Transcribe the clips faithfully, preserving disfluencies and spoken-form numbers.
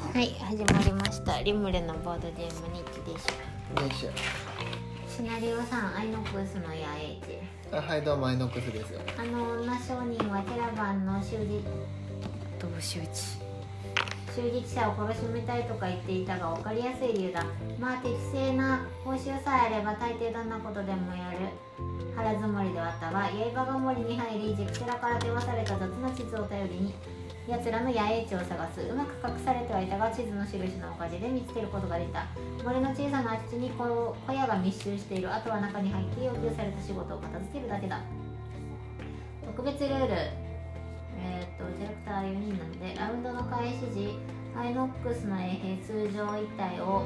はい、始まりました。リムレのボードゲーム日記でしょ。 よいしょ。 シナリオさん、アイノックスの野営地。 あ、はい、どうもアイノックスですよ。 あの女商人はキャラバンの襲撃どう周知襲撃者を殺しめたいとか言っていたが、分かりやすい理由だ。まあ適正な報酬さえあれば大抵どんなことでもやる腹積もりではあったが、刃が森に入り、ジクセラから手渡された雑な地図を頼りに奴らの野営地を探す。うまく隠されてはいたが、地図の印のおかげで見つけることができた。森の小さな空き地に小屋が密集している。あとは中に入って要求された仕事を片付けるだけだ。特別ルール、えー、っとキャラクターよにんなので、ラウンドの開始時、アイノックスの衛兵通常いち体を、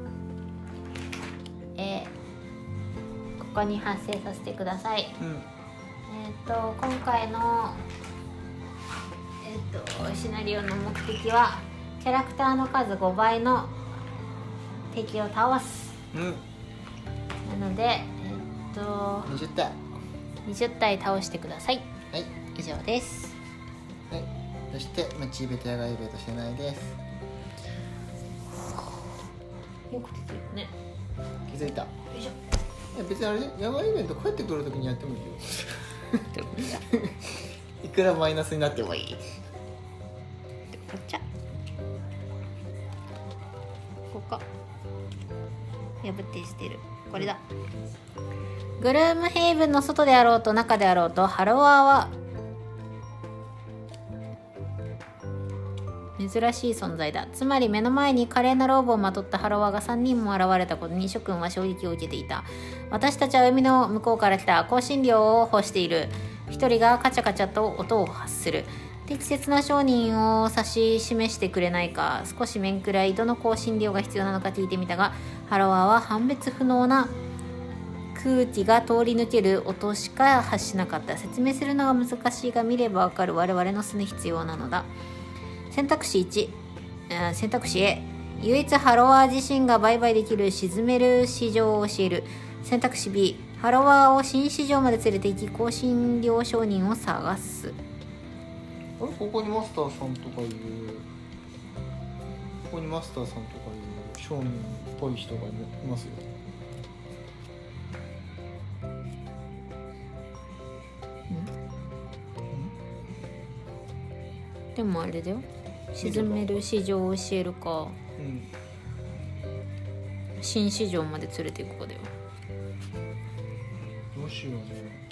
えー、ここに発生させてください。 うん、 えー、っと今回のえっとシナリオの目的はキャラクターの数ごばいの敵を倒す、 うん、 なので、えっとにじゅう体にじゅう体倒してください。 はい、 以上です。 はい、そしてムチーベトヤガイベートしてないです。 よく出てるね。 気づいた。 よいしょ。 いや別にあれね、ヤガイベント帰ってくるときにやってもいいよいくらマイナスになってもいい。 こっちゃここ破って捨てる。これだ。グルームヘイブンの外であろうと中であろうと、ハロワーは珍しい存在だ。つまり目の前に華麗なローブをまとったハロワーがさんにんも現れたことに諸君は衝撃を受けていた。私たちは海の向こうから来た。香辛料を欲している。一人がカチャカチャと音を発する。適切な商人を指し示してくれないか。少し面くらいどの香辛料が必要なのか聞いてみたが、ハロワーは判別不能な空気が通り抜ける音しか発しなかった。説明するのが難しいが、見ればわかる。我々の巣に必要なのだ。選択肢いち、選択肢 A、 唯一ハロワー自身が売買できる沈める市場を教える。選択肢 B、 ハロワーを新市場まで連れて行き香辛料商人を探す。 あれ、ここにマスターさんとかいうここにマスターさんとかいう商人っぽい人がいますよ。 でもあれだよ、沈める市場を教えるか、 うん、 新市場まで連れていくかだよ。 どうしようね。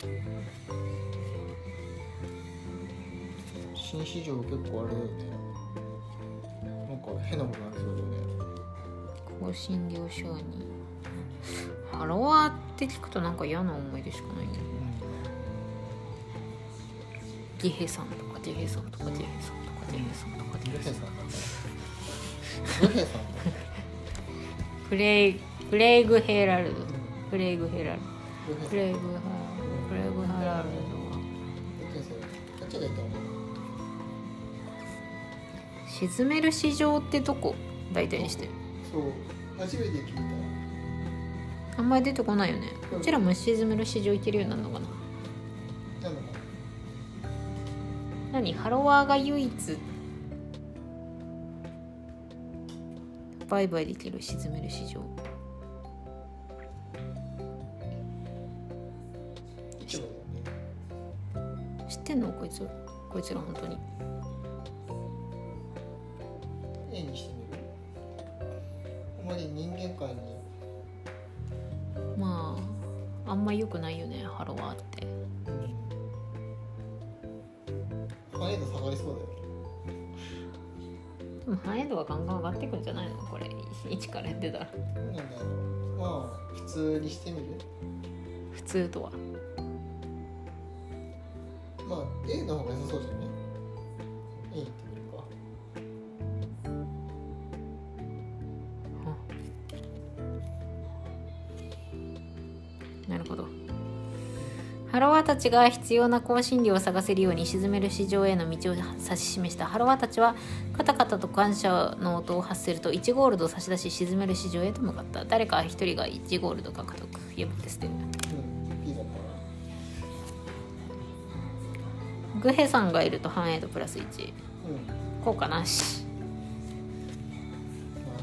新市場結構あれだよね。なんか変なことなりそうだよね。 香辛料商人、ハロワーって聞くとなんか嫌な思い出しかないね。ゲヘさんとかゲヘさんとかゲヘさんとかゲヘさんとかゲヘさんとかグヘさんクレイクレイグヘラルドクレイグヘラルドクレイグハクレイグハラルドは沈める市場ってどこ大体にして。 そう、初めて聞いた。あんまり出てこないよね。こちらも沈める市場行けるようになるのかな。 なのか何、ハロワーが唯一売買できる沈める市場。知ってんのこいつこいつら本当に。 A にしてみる。あまり人間界にまああんま良くないよね、ハロワーって。 繁栄度下がりそうだよね。 でも繁栄度はガンガン上がってくんじゃないのこれ、いちからやってたら。 なんだろう、まあ普通にしてみる。 普通とはまあ A の方が良さそうじゃない？ A ってみるか。 なるほど。ハロワーたちが必要な香辛料を探せるように沈める市場への道を指し示した。ハロワーたちはカタカタと感謝の音を発するといちゴールドを差し出し、沈める市場へと向かった。誰か一人がいちゴールド獲得。破って捨てる。 うん、いいのかグヘさんがいると繁栄度プラスいち、 な。うん、 効果なし。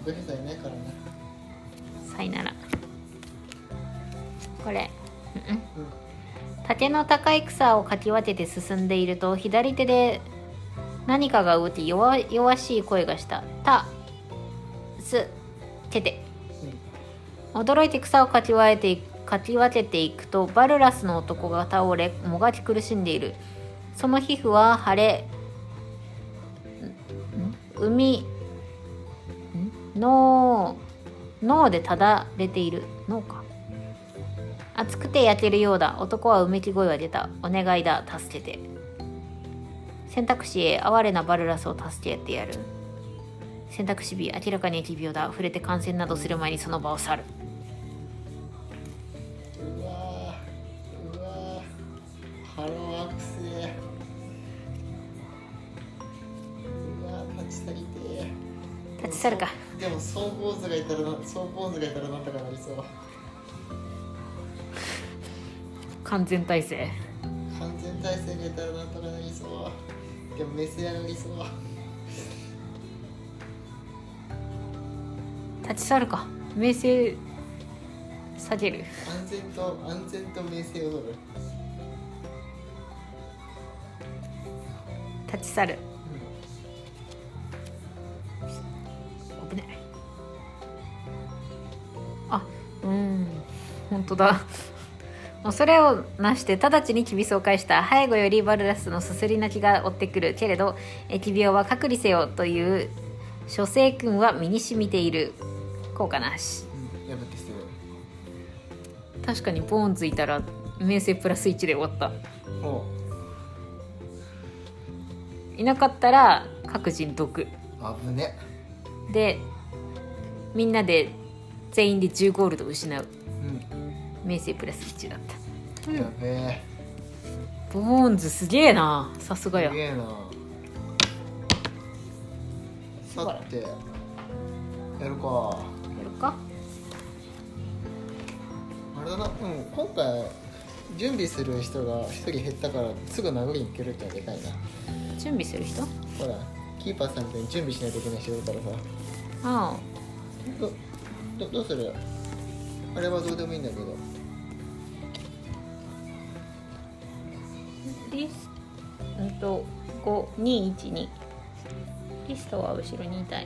部兵さんいないからね。 さいなら。これ、うんうん、 うん。 竹の高い草をかき分けて進んでいると左手で何かが動き弱々しい声がした。たすけて。驚いて草をかき分けていくかき分けていくとバルラスの男が倒れもがき苦しんでいる。その皮膚は腫れ海脳脳でただれている。脳か。熱くて焼けるようだ。男はうめき声が出た。お願いだ、助けて。選択肢 A、哀れなバルラスを助けてやる。選択肢 B、明らかに疫病だ。触れて感染などする前にその場を去る。 うわーうわーハローアクセうわー立ち去りてー。 立ち去るか。 でも総坊主がいたらな総坊主がいたらなんとかなりそう。 完全体制。 完全体制がいたらなんとかなりそう。でもメス上がりそう。 立ち去るか。名声下げる。 安全と安全と名声を取る。 立ち去る。危ない。あ、うん、本当だ。恐れをなして直ちにきびすを返した。背後よりバルラスのすすり泣きが追ってくるけれど、疫病は隔離せよという諸聖訓は身に染みている。効果なし。 うん、やぶってする。 確かにボーンついたら名声プラスいちで終わった。 ほういなかったら各人毒危ね。 でみんなで全員でじゅうゴールド失う。 うん、 名声プラスいちだった。 やべえ。 ボーンズすげえな。さすがや。 すげえな。さてやるか。 やるか。 あれだな、うん、今回準備する人が一人減ったからすぐ殴りに行けるってのはでかいな。 準備する人。 ほらキーパーさんみたいに準備しないといけない人いるからさ。 ああど, ど, どうする。あれはどうでもいいんだけど。 リスうんとごにいちにリストは後ろにいたい。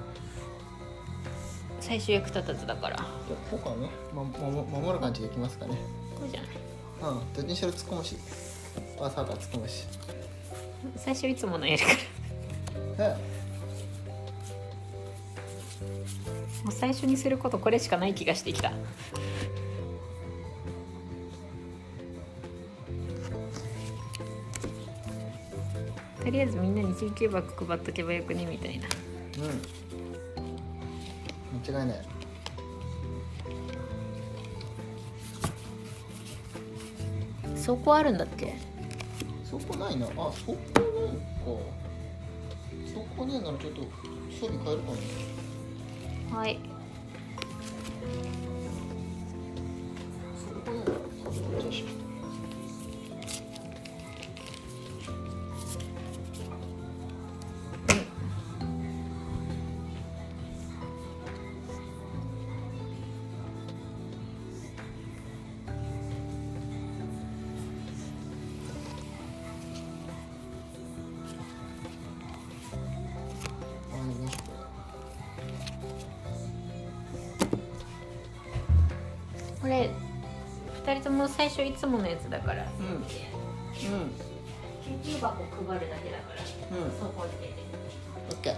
最終役立たずだから。 じゃあこうかね、ま、ま、守る感じでいきますかね。 こうじゃない。 うん、どっちにしろ突っ込むしバーサーカー突っ込むし。 最初いつものやるからはい。 もう最初にすることこれしかない気がしてきた。とりあえずみんなにじゅうきゅうばく配っとけばよくねみたいな。 うん、間違いない。 そこあるんだっけ。 そこないな。あ、そこないか。そこねえならちょっと装備変えるかな。 はい。 そこねえならこっちにしよう。 これふたりとも最初いつものやつだから。 うん。うん。 救急箱配るだけだから。 うん。 そこで。 オッケー。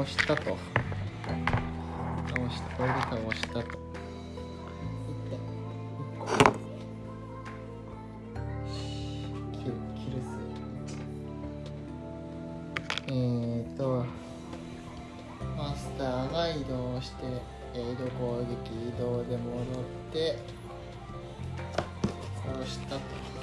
倒したと倒したこれで倒したといって切る切るすえーとマスターが移動して、えー、移動攻撃移動で戻って殺したと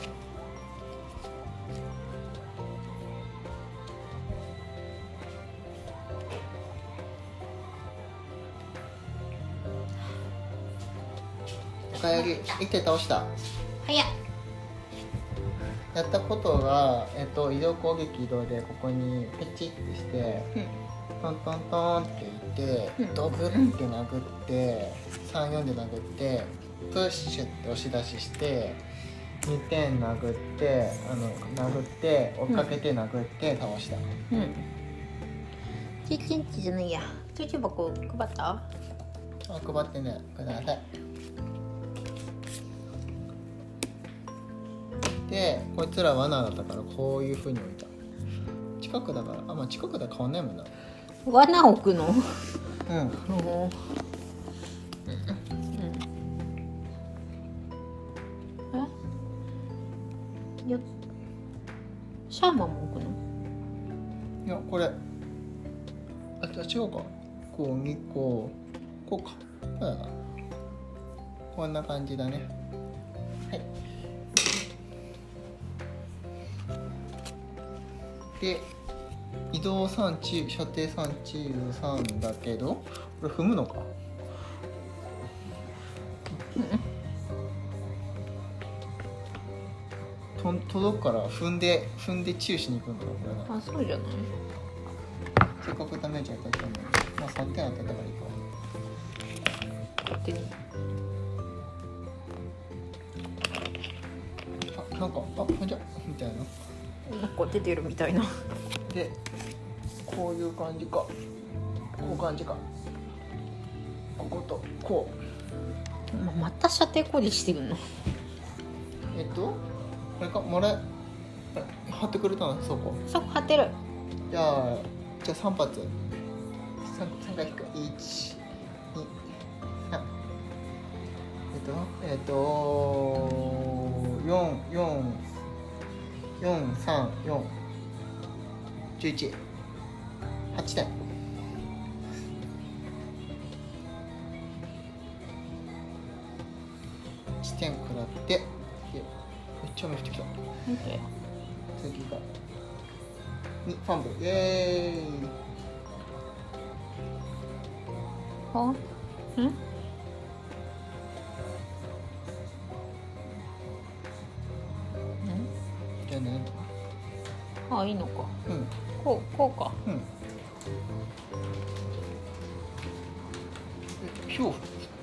おかえり一回倒した。 早っ。 やったことが、えっと、移動攻撃移動でここにペチってして、うん、トントントンっていって、うん、ドブって殴ってさんよんで殴ってプッシュって押し出ししてにてん殴ってあの殴って追っかけて殴って倒した。うん。 経験値じゃないや。通知箱配った？あ、 配ってね。ください。でこいつら罠だったからこういう風に置いた。近くだからあまあ近くだから変わんないもんな。 罠置くの？うん。 うん。 え？よシャーマンも置くの？ いやこれあ違うか。こうにここうか。そうだな。こんな感じだね。はい。で移動産地射程産地さんだけどこれ踏むのか、うん、と届くから踏んで踏んでチューしに行くんだろこれな。あ、そうじゃない。 せっかくダメージ与えたのにまあさんてん与えたからいいか。 勝手にあなんかあほんじゃみたいななんか出てるみたいな。 でこういう感じかこういう感じかこことこう ま, また射程攻撃してくんの？ えっとこれかもらえ貼ってくれたのそこそこ貼ってる。 じゃあじゃあさん発 3, 3回引くいちにさんえっとえっとよんよんよんさんよんじゅういちはちてんいちてん食らってめっちゃ雨降ってきた。次がにファンブルイエーイ。 はんじゃあねあ、いいのか。 うん。 こう、こうか。 うん。ひょう。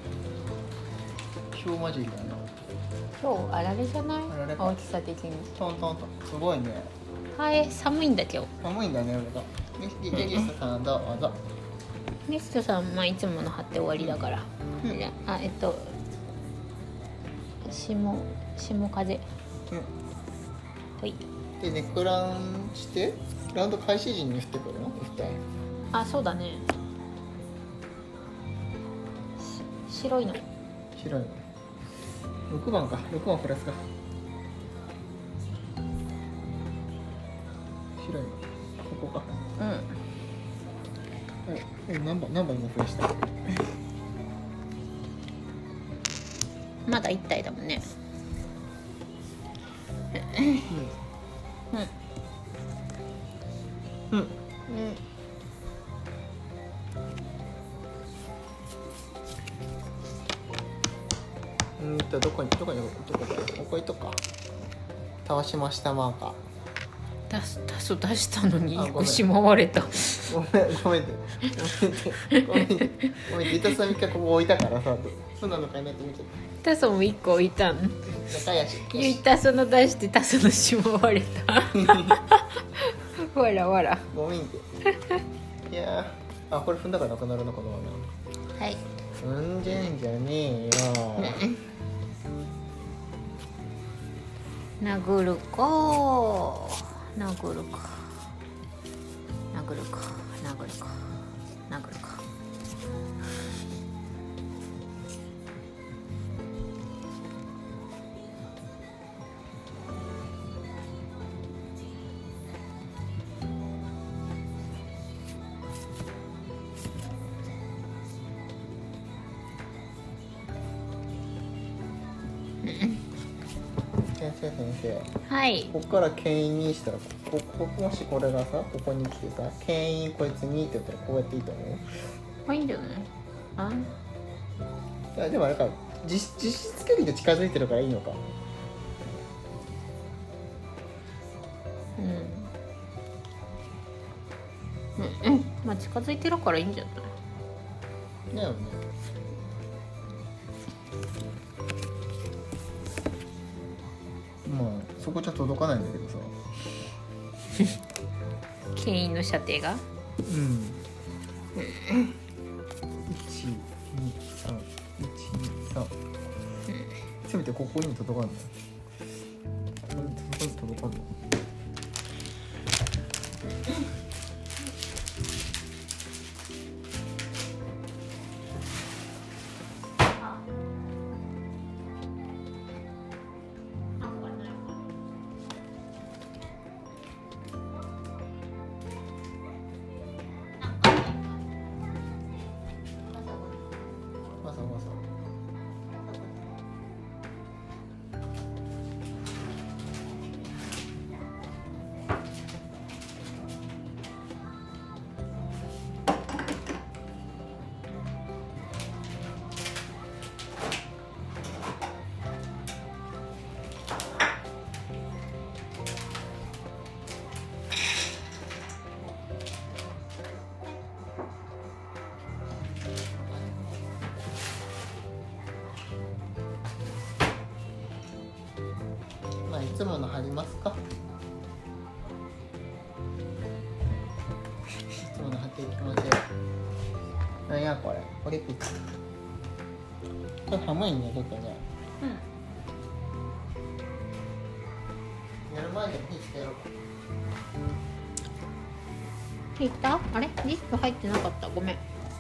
ひょう混じりだな。 今日あられじゃない？ あられか大きさ的に。 トントントン。すごいね。 はい、寒いんだ今日。 寒いんだね、俺が。リリリストさんどうぞ。 ミストさん、まあいつもの貼って終わりだから。うん、あ、えっと下下風。うん。はい。 でネクランしてラウンド開始時に降ってくるの？降って。 あ、そうだね。白いの。 白いの。ろくばんか。ろくばんプラスか。白いの。ここか。うん。え、何番何番今増やした？ まだ一体だもんね。うん。うん。うん。 うんとどこにどこにどこだここいとか倒しましたマーカー出す出す出したのにしまわれた。 ごめんごめんでごめんでごめんでごめんでゆたさんみっかここ置いたからさそうなのかなって見てタソもいっこ置いたん。 仲良しゆたその出してタソのしまわれた。わらわらごめんでいやあこれ踏んだからなくなるのかな。 はい踏んでんじゃねえよ。 殴るか殴るか殴るか殴るか先生先生、 はいここから牽引にしたら、ここもしこれがさここに来てさ牽引こいつにって言ったらこうやっていいと思う？ あ、いいんじゃない？あ、 いやでもあれか、実実質距離と近づいてるからいいのか。 うんうんうん、まあ近づいてるからいいんじゃない？ だよね。まあそこじゃ届かないんだけどさ。 牽引の射程が。 うん。一二三一二三。せめてここに届かんの。ここに届かんの。わざわざ。まあいつもの貼りますか。いつもの貼っていきましょう。なんやこれ、これピッチ。これ寒いね、ちょっとね。 うん。 やる前でピッチやろう。 いった？あれ？ディスク入ってなかった。ごめん。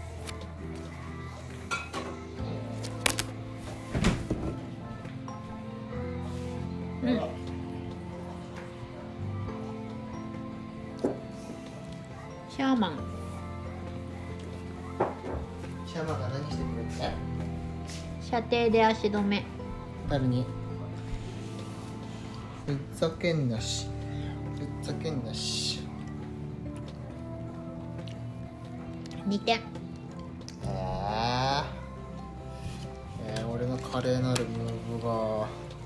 うん。シャーマン。 シャーマンが何してくれるって？ 射程で足止め。 誰に？ふざけんなし。ふざけんなし。 にてん。 えー、えー、俺の華麗なるムーブが。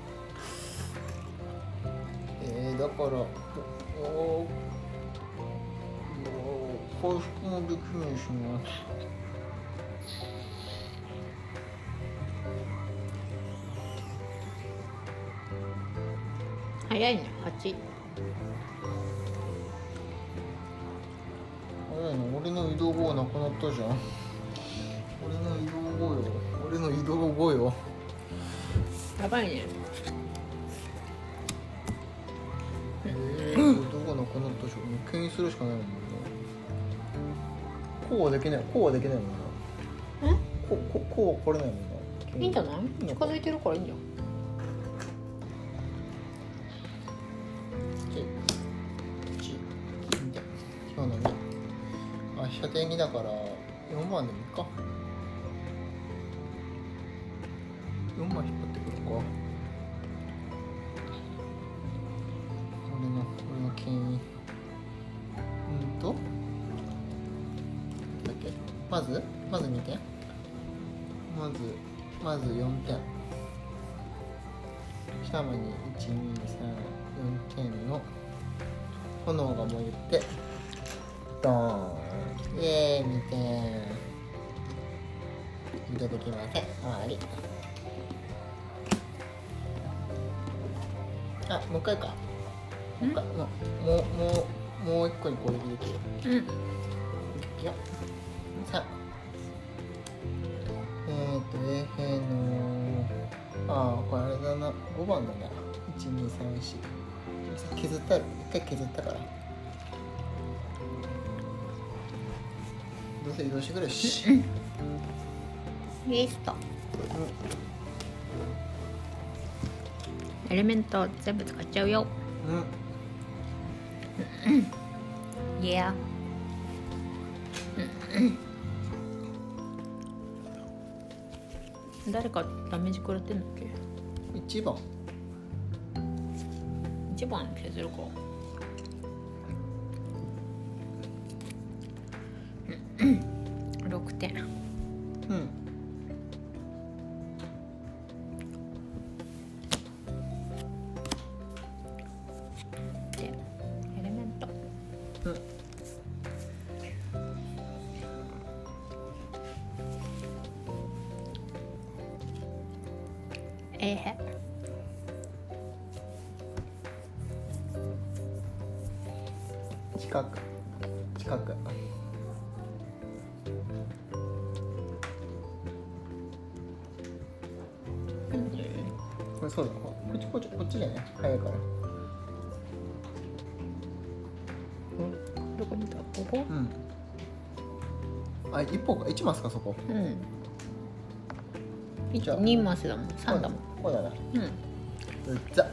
えー、だから、おお回復もできないしね。 早いね、はち。 早いの、俺の移動後なくなったじゃん。俺の移動後よ。俺の移動後よ。 やばいね。 えー、移動後なくなったじゃん。もう牽引するしかないもんね。こうはできない。こうはできないもんな。 ん？ こう、こう、こうは来れないもんな。 いいんじゃない？近づいてるからいいんじゃん。 今日のね、あ、射程にだからよんばんでもいいか。よんばん引っ張ってくるか。俺の俺の牽引。うんとだっけ、まずまずにてん、まずまずよんてん、シャーマンにいちにさんよんてんの炎が燃えてドーン、イエーイ、にてん。移動できません。終わり。あ、もう一回か。もう一回、もうもうもうもう一個に攻撃できる。 うん。 いくよ。さあ、えっ、ー、と衛兵の、ああこれあれだな、ごばんだな。いちにさんし、削ったる、一回削ったから。どうせ移動してくるし。うん。 リスト。エレメント全部使っちゃうよ。 うん。 いや。誰かダメージ食らってんだっけ？ いちばんいちばん削るか。ろくてん。 うんでエレメント。 うんえーへ近く近くこれそうだこっちこっちこっちじゃない早いからどこ見た？ここ？ うんあ一歩か一マスかそこうんじゃあにマスだもん。さんだもん。 こうだなうんうっざ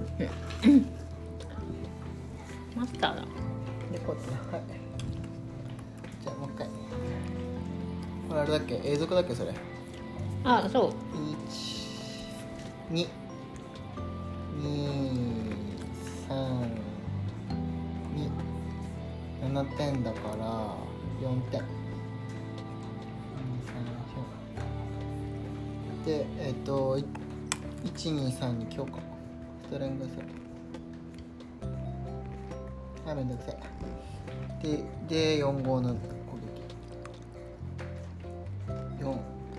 マスターだ。 でこうだなはいじゃあもう一回これあれだっけ永続だっけそれあ、そう。 いちににさんにななてんだからよんてんでえっ、といちにさんに強化ストレングスあめんどくせえででよんごの攻撃よん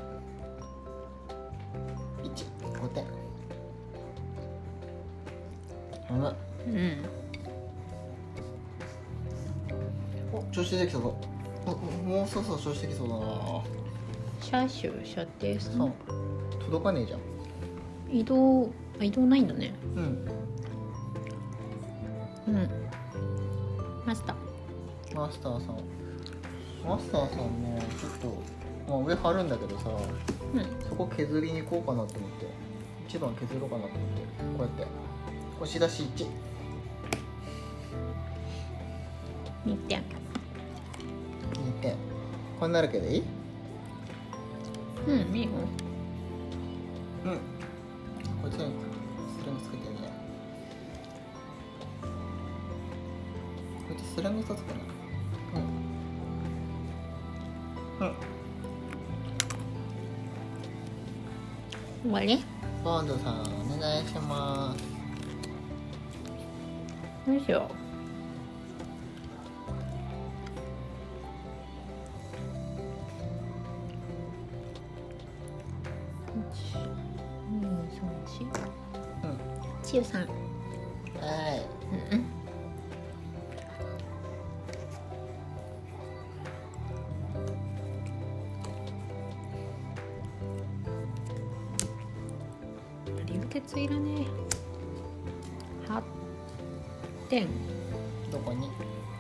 いちごてんうまいうんお調子できそうだおもうそろそろ調子できそうだな車種射程さそう届かねえじゃん移動あ移動ないんだね。 うんうんマスター。 マスターさんマスターさんねちょっと、まあ、上張るんだけどさうんそこ削りに行こうかなと思っていちばん削ろうかなと思ってこうやって押し出しいちにてん。 にてんこんなるけどいいうんいいよ。 うんこっちにスレングつけてみようこっちスレング一つかなうんうん終わり？ ボンドさんお願いしますどうしよう。いち、に、さん、し。 うんちゆさん。 はいうんうん。流血いらねえ。はってん。 どこに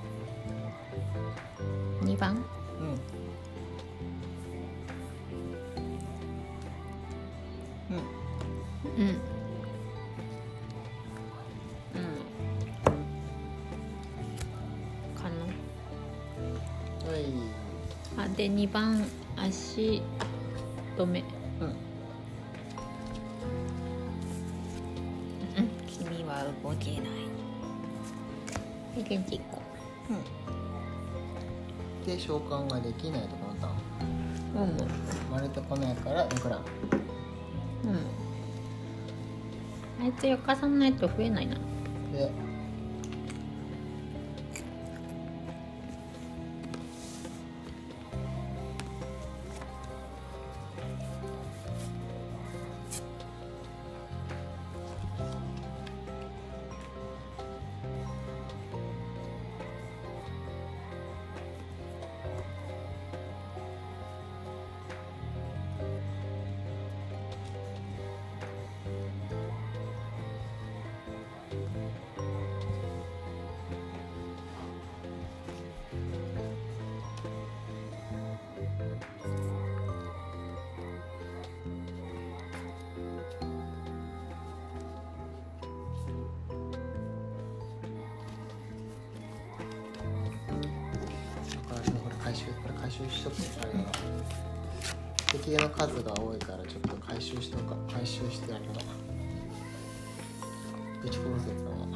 にばん。 うんうんうん。うん。かな。 はいあでにばん足止め。 うんうん君は動けない。で現地いっこ。 うんで召喚ができないとこのターンうんうん生まれてこないからネクランあいつよかさないと増えないな。 で回収これ回収しとくねあれだな敵の数が多いからちょっと回収しておか回収してやるな打ち殺すやつだな。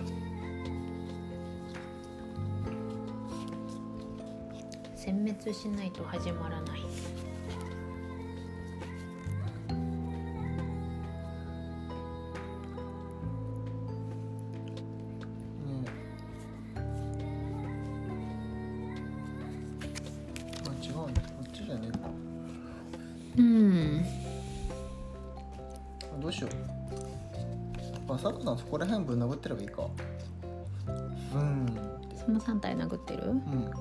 殲滅しないと始まらない。 どうしよう。まさかさんそこら辺ぶん殴ってればいいか。うんそのさん体殴ってる。 うん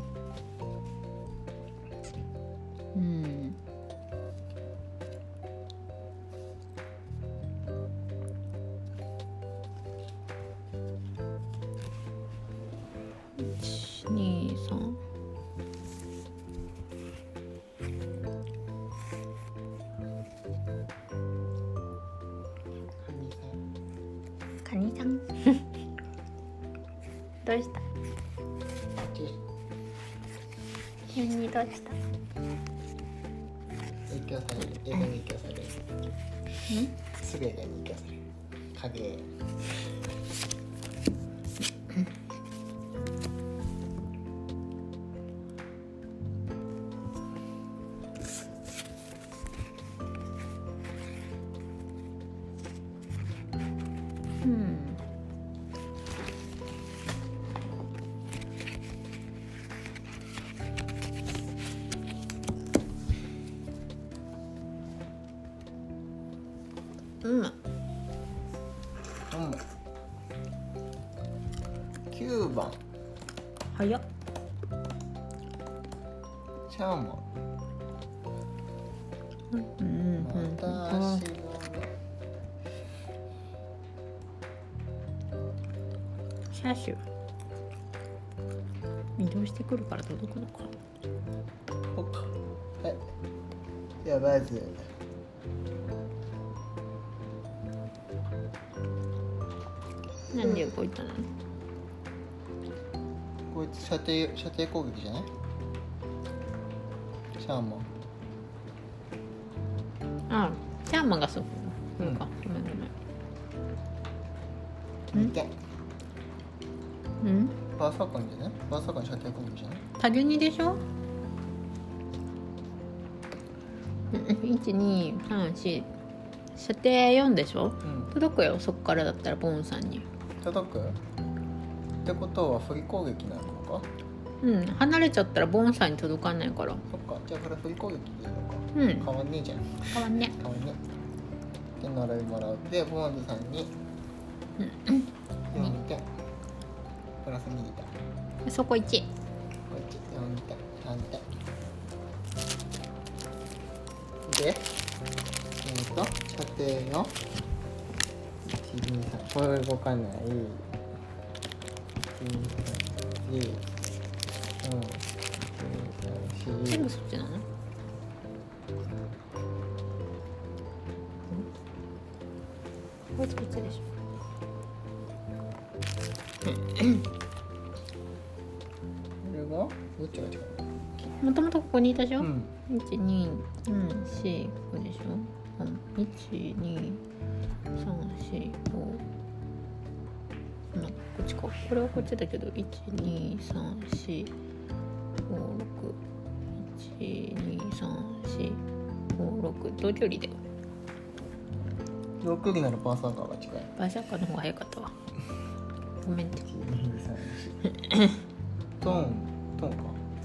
うんいちにさんカニさんどうした急にどうした影響される映画に影響されるすぐ映画に影響される影うんうんうんきゅうばん早っシャーマンうんうん私のねシャーシュ移動してくるから届くのか。 ほっかはいじゃあまずなんで動いたの。 こいつ射程射程攻撃じゃないシャーマンああシャーマンがそううんそうかごめんごめんにてんうんバーサーカーじゃないバーサーカーの射程攻撃じゃない多順にでしょ。いちにさんし射程よんでしょ。 うん届くよそっからだったらボンさんに。 届くってことは振り攻撃なのか。 うん離れちゃったらボンさんに届かないから。 そっかじゃあこれ振り攻撃でいいのかうん変わんねえじゃん変わんね。 変わんねえで呪いもらうでボーンズさんにうんよんてんプラスにだそこいち。 こっちよんてんさんてんでえっ、ー、と射程のいちにさんこれ動かないいちにさんよん全部そっちなの。こいつこっちでしこれがどっちが違うょ。もともとここにいたでしょ。 うんいちにさんしごでしょ。いちにさんしごまあこっちか。これはこっちだけどいちにさんしごろくいちにさんしごろく同距離だよ。 同距離ならバーサーカーが近いバーサーカーの方が早かったわ。ごめんっていちにさんしトントンか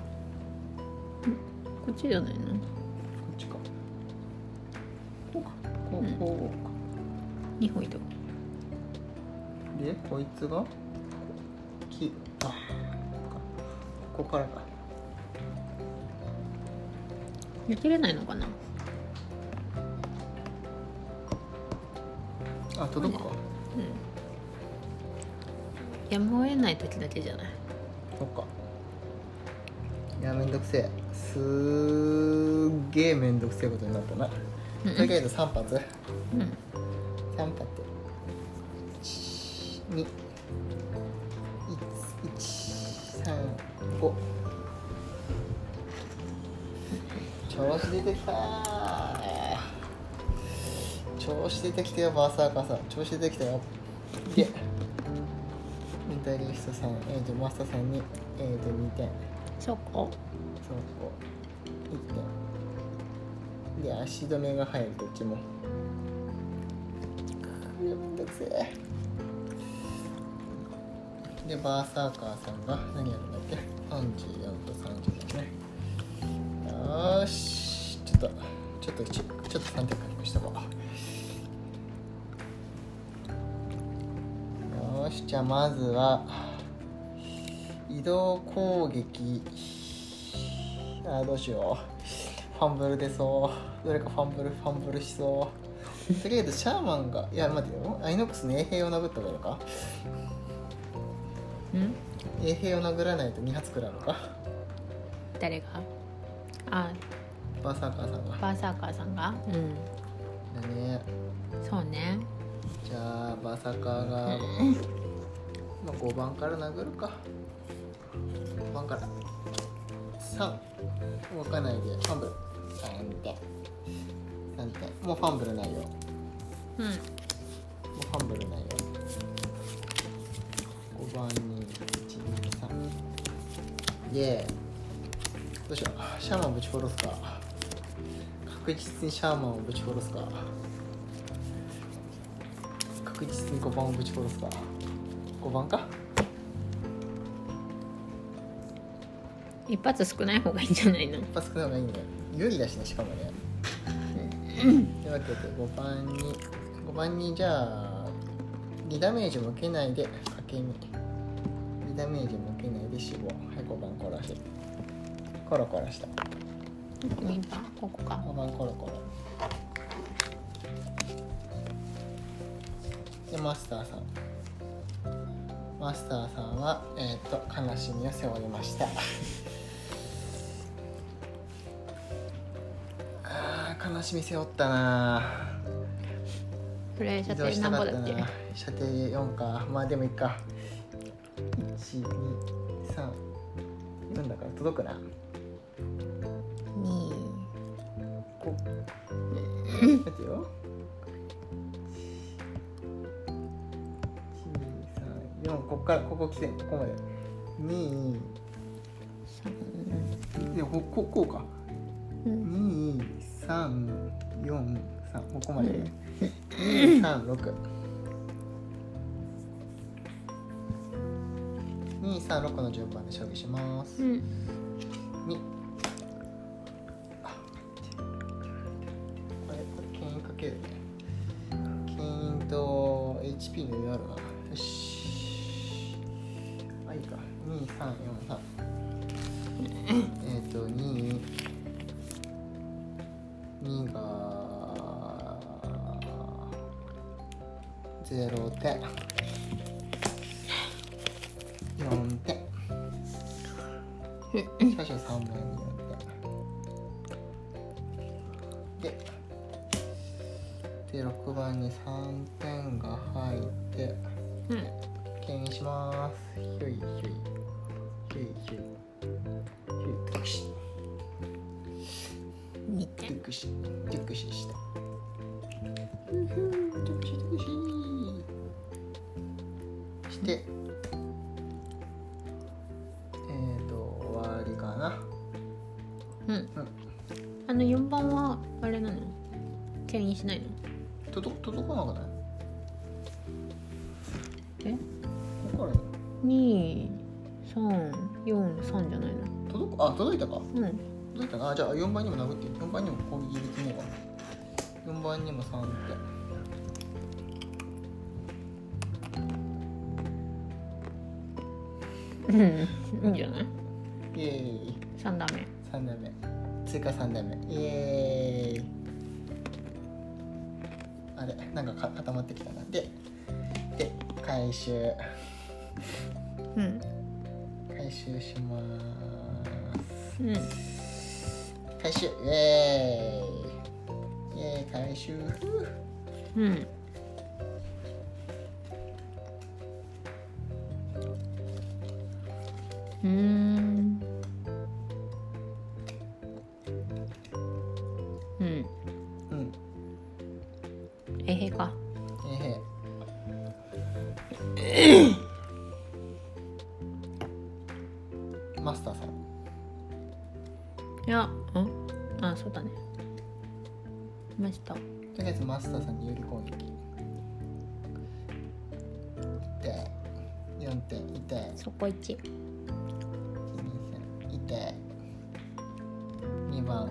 こっちじゃないの。 こっちかこうかこう、 うんこうかにほん移動。 でこいつがきあここからか避けれないのかな。 あ届くかうんやむを得ない時だけじゃない。 そっかいやめんどくせえすーげえめんどくせえことになったなうんとりあえずさん発うんさん発いちにいちさんご調子出てきたー調子出てきたよバーサーカーさん調子出てきたよいけタリストさん、えー、とマスターさんに、えー、とにてん、 そこそうこういってんで、足止めが入るどっちも。めんどくせえ。でバーサーカーさんが何やるんだっけ、さんじゅうよんとさんじゅうだね。よーし、ちょっとちょっとちょっとさんてん回復しとこう。よし、じゃあまずは移動攻撃。あーどうしよう、ファンブル出そう。どれかファンブルファンブルしそう。とりあえずシャーマンが、いや待てよ、アイノックスの衛兵を殴った方がいいのか。 ん衛兵を殴らないとに発食らうのか。 誰が？あ、 バーサーカーさんがバーサーカーさんが、うん、 だね。 そうね。 じゃあバーサーカーが、まあ、ごばんから殴るか。ごばんからさん、動かないでファンブルさんてんさんてん、もうファンブルないよ。 うん、 もうファンブルないよ。ごばんにいちにさん、イエーイ。どうしよう、シャーマンぶち殺すか。確実にシャーマンをぶち殺すか。確実にごばんをぶち殺すか。ごばんか。 一発少ない方がいいんじゃないの？ 一発少ない方がいいね。有利だしね、しかもね。というわけでごばんにごばんにじゃあにダメージも受けないでかけににダメージも受けないで死亡。はい、ごばんコラしてコロコロした。 いいか、ここか。 ごばんコロコロでマスターさんマスターさんはえっ、ー、と悲しみを背負いました。あー悲しみ背負ったな。 これ射程何歩だっけ？ 射程よんか。まあでもいいか。いち、に、さん、よんだから届くな。 に、 ご、待ってよ。いち、に、さん、よん、こっからここ来てここまで。に、でこここうか。に、さん、よん、さん、ここまで。に、さん、ろく。に、さん、ろくの順番で将棋します。うん、に、あ、これ、これ、牽引かけるね。牽引と エイチピー の余裕あるな。よし。あ、いいか。に、さん、よん、さん。えっと、に、にがゼロてん。よんてん。最初さんばいによんてん。で、でろくばんにさんてんが入って、うん、牽引します。ひょいひょい。ひょいひょい。ひょいトクシ。 にてん。 トクシ。トクシした。トクシトクシ。して、 うん、うん、あのよんばんはあれなの？牽引しないの？ 届届かなくない？ え？ ここからに、さん、よん、さんじゃないの？ 届く、あ、届いたか。 うん。 届いたな。あ、じゃあよんばんにも殴って、よんばんにも攻撃入れてみようかな。よんばんにもさんてん。 うん、いいんじゃない？ イエーイ。 さんだめ。 さんだめ。追加さんだめ。イエーイ。あれ、なんか固まってきたな。で、で、回収。 うん。 回収しまーす。 うん。 回収。イエーイ。イエーイ、回収。 うん。うーん。うん。うん。えへか。 えへ。 マスターさん。 いや、うんあ、そうだね。いました。 とりあえずマスターさんに有利攻撃。で、よんてん、痛い。 そこいち。 いち、に、さん、痛い。にばん。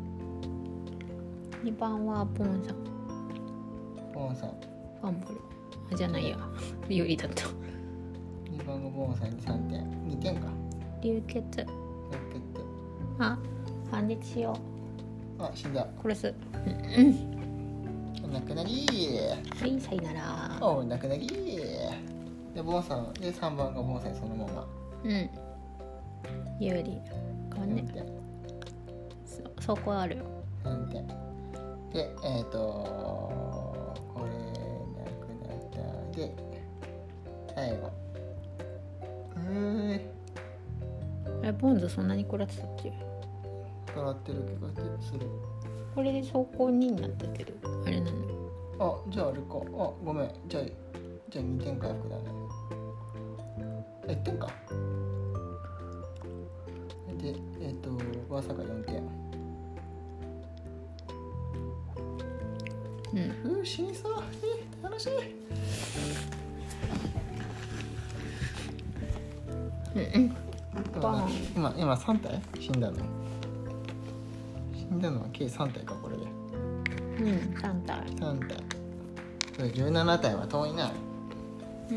にばんはポンさん。 ボンさん。 ファンブル。あ、じゃないや。有利だった。 にばんがボンさんにさんてん。にてんか。 流血。 ロケット。 あ、反撃しよあ、死んだ。 う。殺す。 お亡くなり。 はい、さよなら。 お亡くなり。で、ボンさん。で、さんばんがボンさんそのまま。 うん。有利。かね。そ、そこあるよ。 さんてん。で、えっ、ー、とこれなくなった。で、最後。うーん。 え、ボンズそんなに食らってたっけ？ 食らってる気がする。 これで走行にになったけど、あれなの？ あ、じゃああれか。あ、ごめん。じゃあ、じゃあにてん回復だね。いってんか。で、えっ、ー、と、噂がよんてん。 うん。 うー、死にそう。えー、楽しい。 うんうん。 今、今、今さん体死んだの。死んだのは計さん体か、これで。 うん、さん体。 さん体。これじゅうなな体は遠いな。 うん。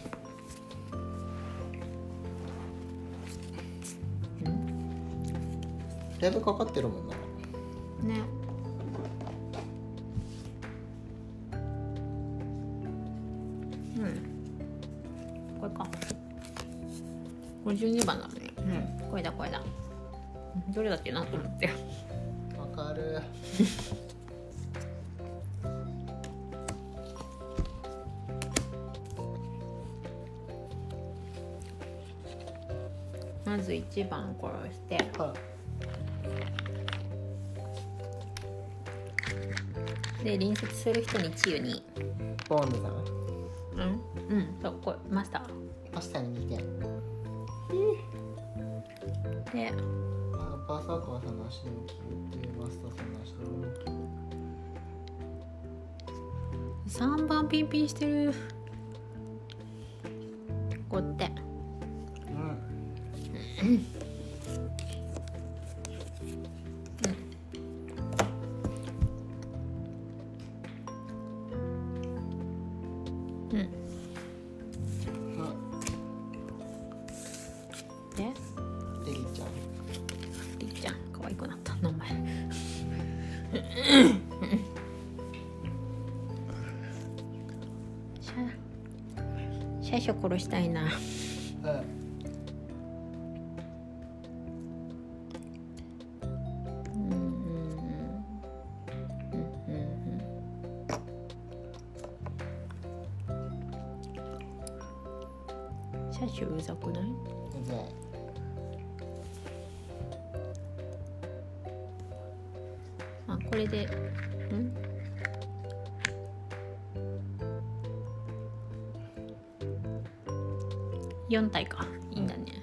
だいぶかかってるもんな。 ね。うん。これか。ごじゅうにばんだね。うん。これだこれだ。どれだっけなと思って。 わかる。 まずいちばん殺して。 はで、隣接する人に治癒に。 ボンドさん。 うんうん、そう、これマスター。 マスターににてん。 で、 あ、バーサーカーさんの足の効いて、マスターさんの足の効いて。 さんばんピンピンしてる。ごてん。 うん。うん。 うん。で、 エリちゃん。 りっちゃん、可愛くなった名前。シャ、シャシャ殺したいな。 うん。 シャシュうざくない？ うざい。 あ、これで、ん？よん体か。いいんだね。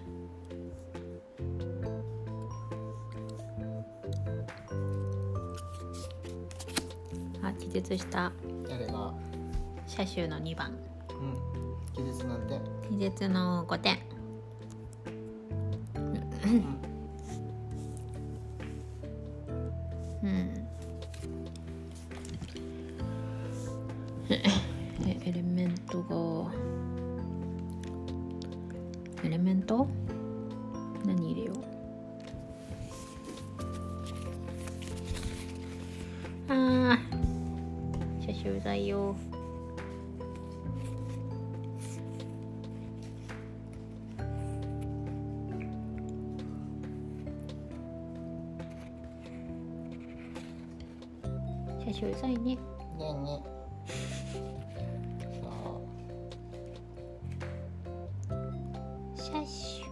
あ、気絶した。 誰が？ 車種のにばん。 うん。気絶なんて。 気絶のごてん。うん。え、エレメントがエレメント何入れよう。あー、車種うざいよ。車種うざいね。 ねえね。 シャッシュ。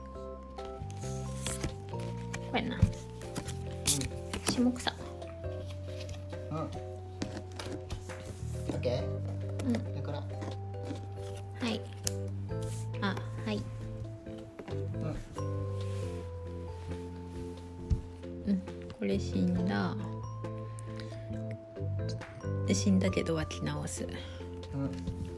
これな。下草。 うん。オッケー。 うん。 だから。 はい。あ、はい。 うん。 れ死んだ。死んだけど湧き直す。 うん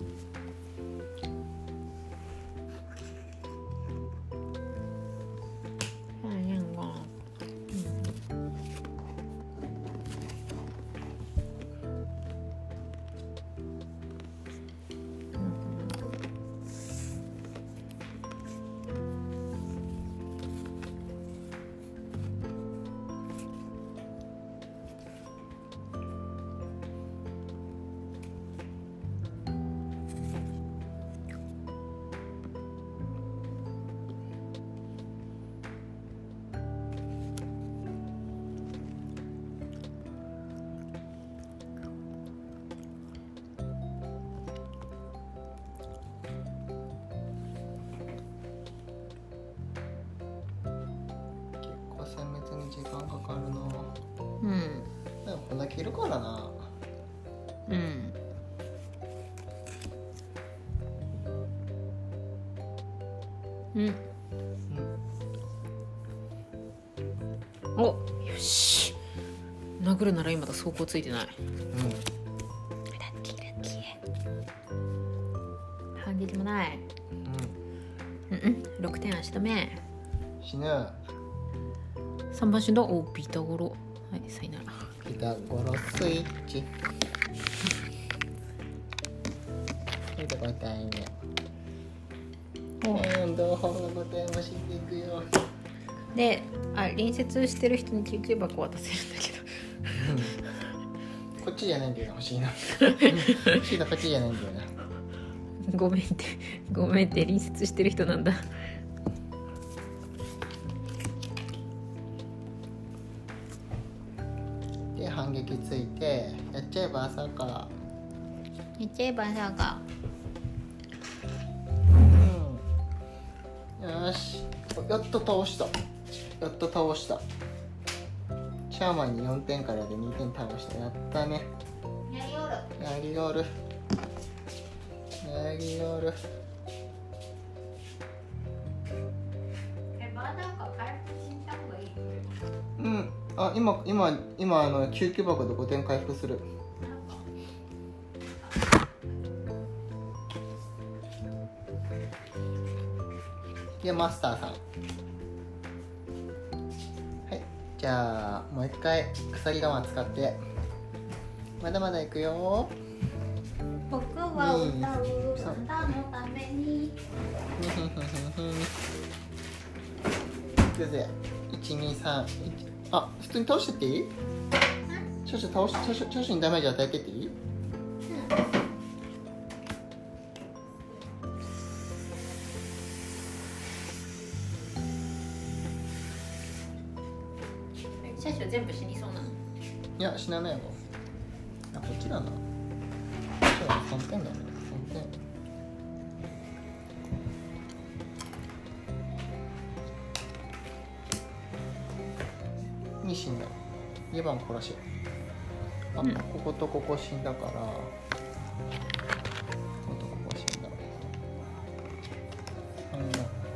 時間かかるな。 うん。 でもこんだけいるからな。 うん。うん。うん、お、よし。殴るなら今だ、走行ついてない。うん。ラッキーラッキー。反撃もない。うん。うんうん。ろくてん足止め。 死ぬ。 さんばん死んだ。お、ピタゴロ。はい、さよなら。 ピタゴロスイッチ。これでごてんめ。うん、同胞がごてん押していくよ。 で、あ、隣接してる人に救急箱渡せるんだけど。 こっちじゃないんだよな、欲しいな。欲しいな、こっちじゃないんだよな。 ごめんって、ごめんって隣接してる人なんだ。 で、反撃ついて、やっちゃえば朝か。 やっちゃえば朝か。 うん。よし、やっと倒した。やっと倒した。シャーマンによんてんからでにてん倒した。やったね。 やりおる。 やりおる。やりおる。 え、まだか回復した方がいい。 うん。あ、今今今あの救急箱でごてん回復する。でマスターさん。はい。じゃあもう一回鎖釜使って。まだまだ行くよ。 僕は歌う、あんたのために。 いくぜ。一二三。あ、普通に倒してっていい？少々倒し、少々、少々にダメージ与えてっていい？うん。 シャシュ全部死にそうなの？ いや、死なないわ。あ、こっちだな。こっちはさんてんだね。さんてん。に死んだ。にばん殺し。あ、うん、こことここ死んだから。こことここ死んだ。あの。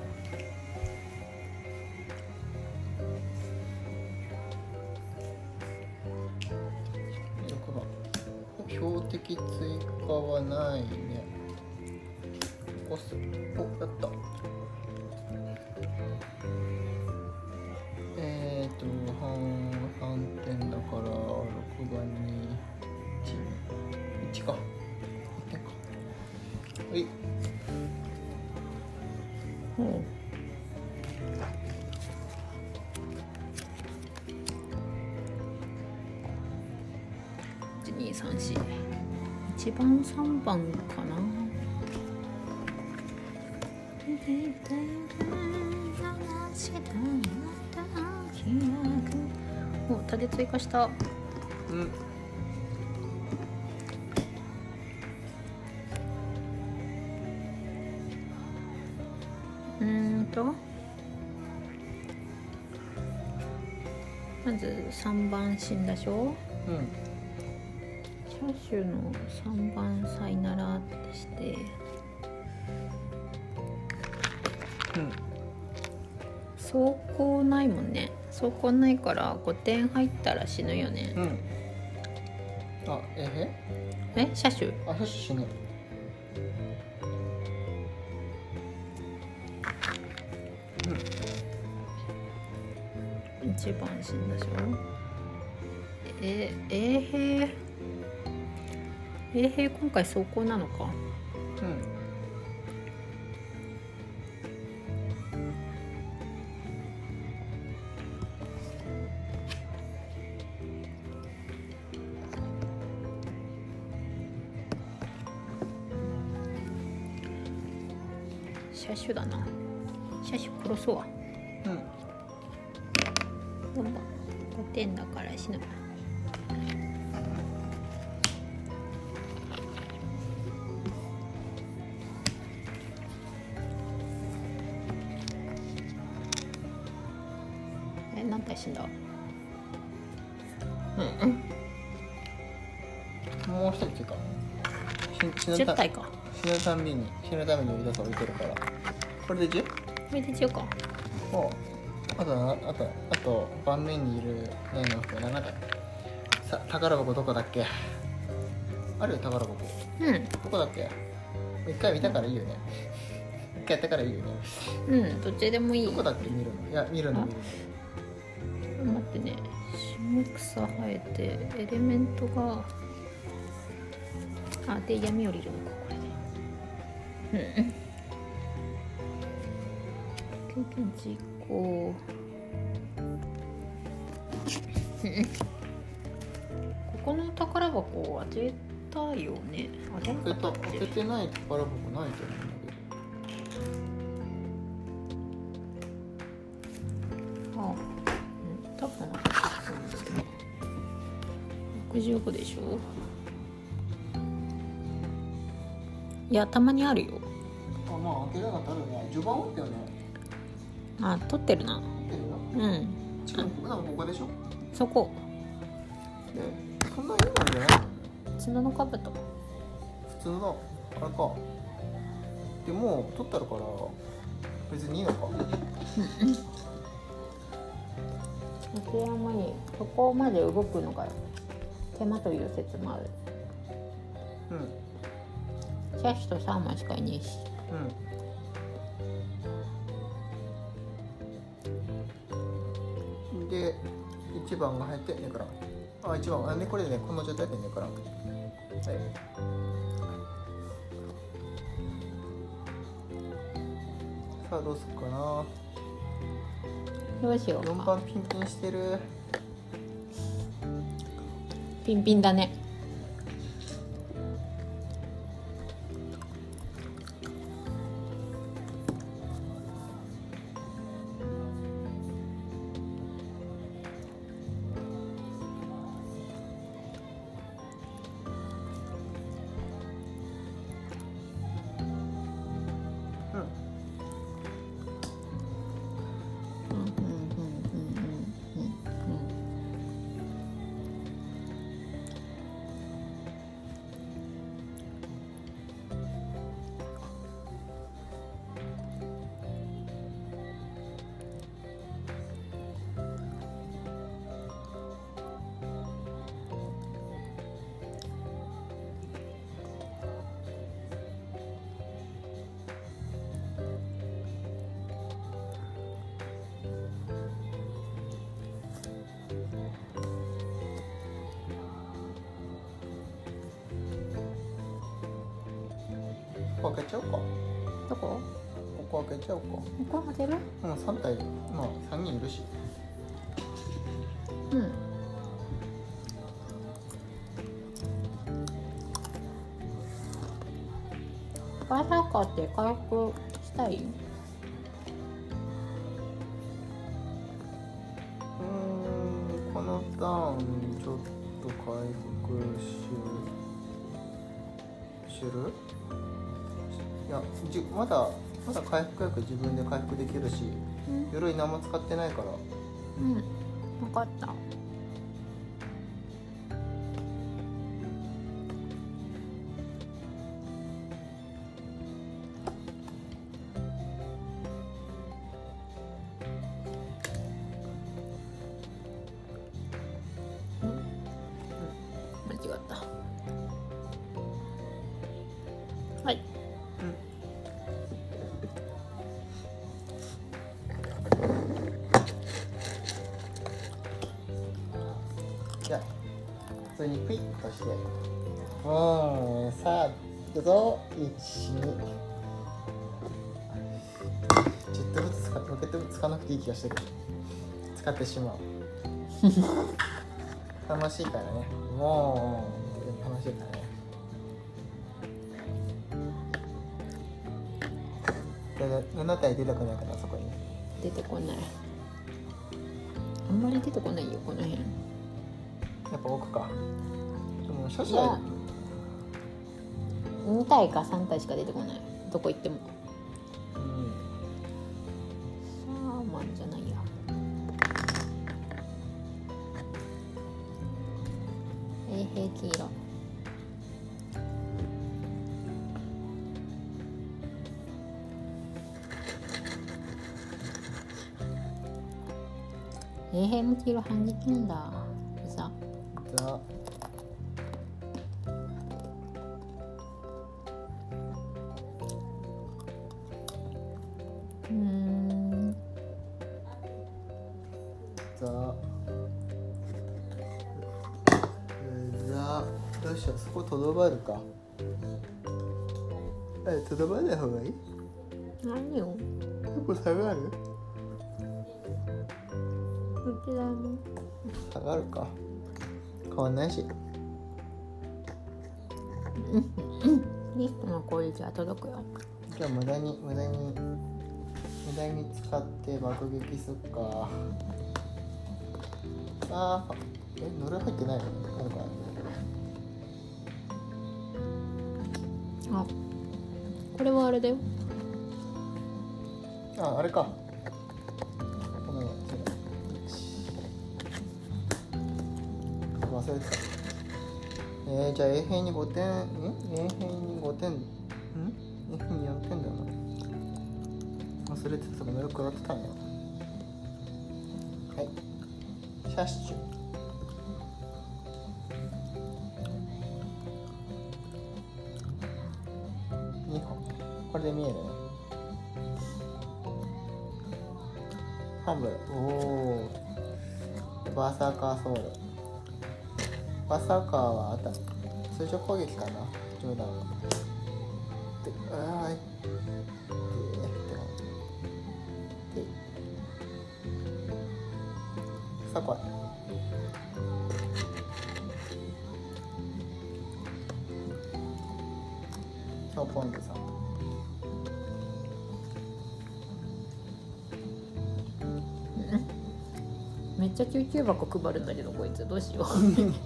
ろくばん。標的追加はないね。押す。お、やった。えっと、さんてんだからろくばんにいち、いちか。いってんか。はい。 ほう。いち、に、さん、よん。いちばん、さんばんかな。お、種追加した。 うん。 うーんとまずさんばん死んだでしょ。 うん。 シャッシュのさんばんさいならってして、 うん。 走行ないもんね。 そうこんないからごてん入ったら死ぬよね。 うん。あ、ええ車種へあ、よし死ぬ。 一番死んだでしょ。え衛兵衛兵今回走行なのか。 うん車種だな。車種殺そうわ。 うんごてんだから死ぬ。え何体死んだ。うんうんもう一人っていうか死ぬじゅったたいか。 死ぬたんびに死ぬために売り出す置いてるからこれで じゅう? これでじゅうか。 おあとなあとあと盤面にいるねの人ななだいさ宝箱どこだっけあるよ宝箱うんどこだっけ一回見たからいいよね一回やったからいいよねうんどっちでもいい。 どこだっけ見るのいや見るの見るの待ってね。下草生えてエレメントがあで闇降りるのかこれで。うん経験値こうここの宝箱を当てたよね。あれ開けた開けてない宝箱ないと思うんだけどあ、うん、多分ろくじゅうごでしょ。いやたまにあるよ。 あまあ開けなかったらあるね序盤あったよねあ取ってるな。 開けるようん違うなんかここでしょそこでそんないいもんじゃないのね角のかぶと。 普通のあれかでもう取ってあるから別にいいのか雪山にそこまで動くのが手間という説もある。 うん車種とさんまいしかいねえし。 うんでいちばんが入ってねからあいちばんあねこれでねこの状態でねからはいさあどうすっかなどうしようよんか。 ばんピンピンしてるピンピンだね。うんうんうんうんうんうんここ開けちゃおうかどこ？ ここ開けちゃおうかここ開ける？ うんさん体まあさんにんいるしうん。バーサーカーって回復したい？ うーんこのターンちょっと回復ししるいやじまだまだ回復薬自分で回復できるしうん鎧何も使ってないからうん分かった。 はい、 じゃあ普通にクイッとして、うん、さあどうぞ。いち、に、ジェットブーツ使ロケットブーツ使わなくていい気がしてくる。使ってしまう。楽しいからね。もう楽しいからね。で、七体出てこないかな、そこに。 出てこない。あんまり出てこないよこの辺。 やっぱ奥か。でもシャシャに体かさん体しか出てこない。どこ行っても。 うん、 サーマンじゃないや。衛兵黄色。衛兵も黄色反撃なんだ。さザうーんザザどうしよう、そことどまるか。え、とどまらない方がいい？ 何よ。 結構下がる？ こちらの下がるか。変わんないし。 リストの攻撃は届くよ。 じゃあ無駄に無駄に無駄に使って爆撃すっか。あー、え、ノル入ってないの？今回。 あ、これはあれだよ。 あ、あれか。この忘れてた。えー、じゃあ衛兵にごてん、ん？衛兵にごてん、ん？衛兵によんてんだよな。忘れてたとか、ノル食らってたんや。はい。シャッシュ。にほん。これで見えるね。ハンブル。おお。バーサーカーソウル。バーサーカーはあった通常攻撃かな。冗談。で、あーい。で、で、さこい。超ポイントさん。 めっちゃ救急箱配るんだけどこいつどうしよう。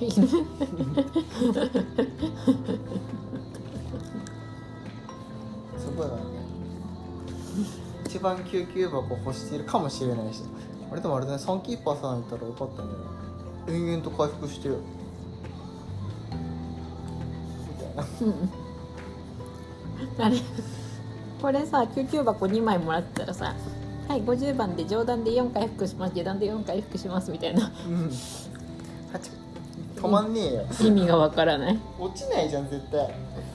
すごいわね。一番救急箱欲しているかもしれないし。あれでもあれだね、サンキーパーさんいたらよかったね。延々と回復してるみたいな。 あれこれさ救急箱にまいもらったらさ、はいごじゅうばんで上段でよん回復します、下段でよん回復しますみたいな、 うん、止まんねえよ。 意味がわからない。 落ちないじゃん絶対。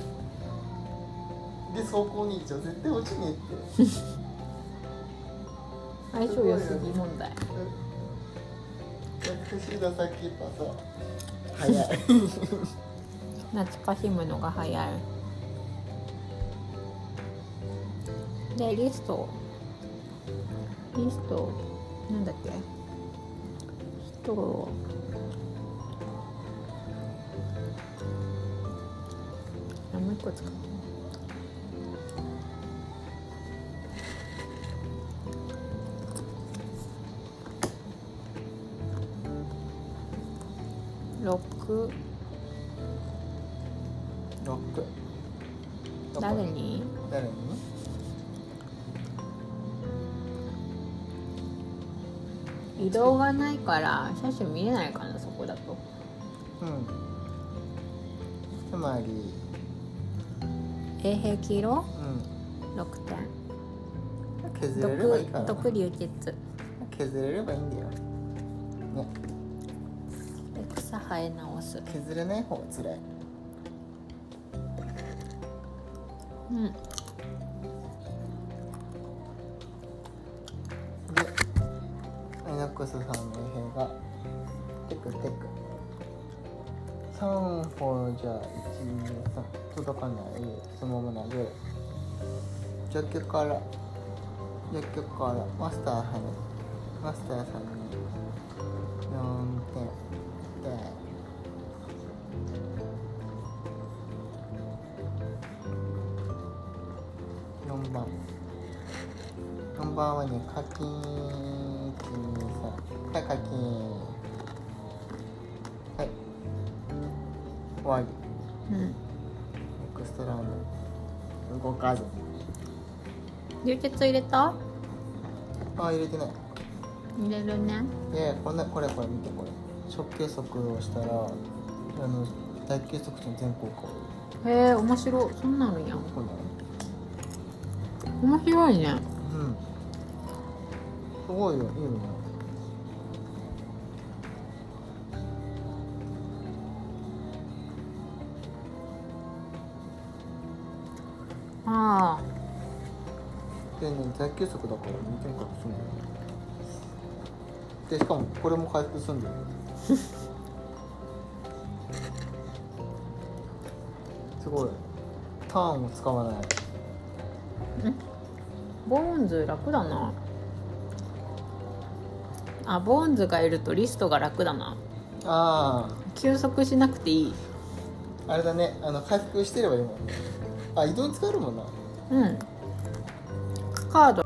で走行にいいじゃん絶対落ちねえって。 相性良すぎ問題。 懐かしいなさっきパさ早い。 懐かしむのが早い。でリストリストなんだっけ人をあもう一個使う。ロックロック誰に誰に移動がないから車種見えないかなそこだと。 うんつまり衛兵黄色うんろくてん削れればいいから毒流血削れればいいんだよね。 で草生え直す。 削れない方が辛い。 うんでアイナックスさんの絵がテクテクさん歩じゃいちにさん届かないそのまま投げる。弱曲から弱曲からマスターはねマスターさんによんてんでよんばんよんばんはね課金いちにさんはい課金はい終わり。 うん。 ネクストラウンド動かず。 流血入れた？ あ入れてない。 入れるね。 いやいやこんなこれこれ見てこれ小計測をしたらあの大計測値の全効果をへえ面白い。そんなのやん。 これ面白いね。 うんすごいよいいよね。 ああ。 でね大計測だからにてん回復するんだよ。でしかもこれも回復するんだよ。すごいターンを使わない。 ボーンズ楽だな。あ、ボーンズがいるとリストが楽だな。 あ休息しなくていい。 ああれだねあの回復してればいいもんね。あ移動に使えるもんな。 うん。カード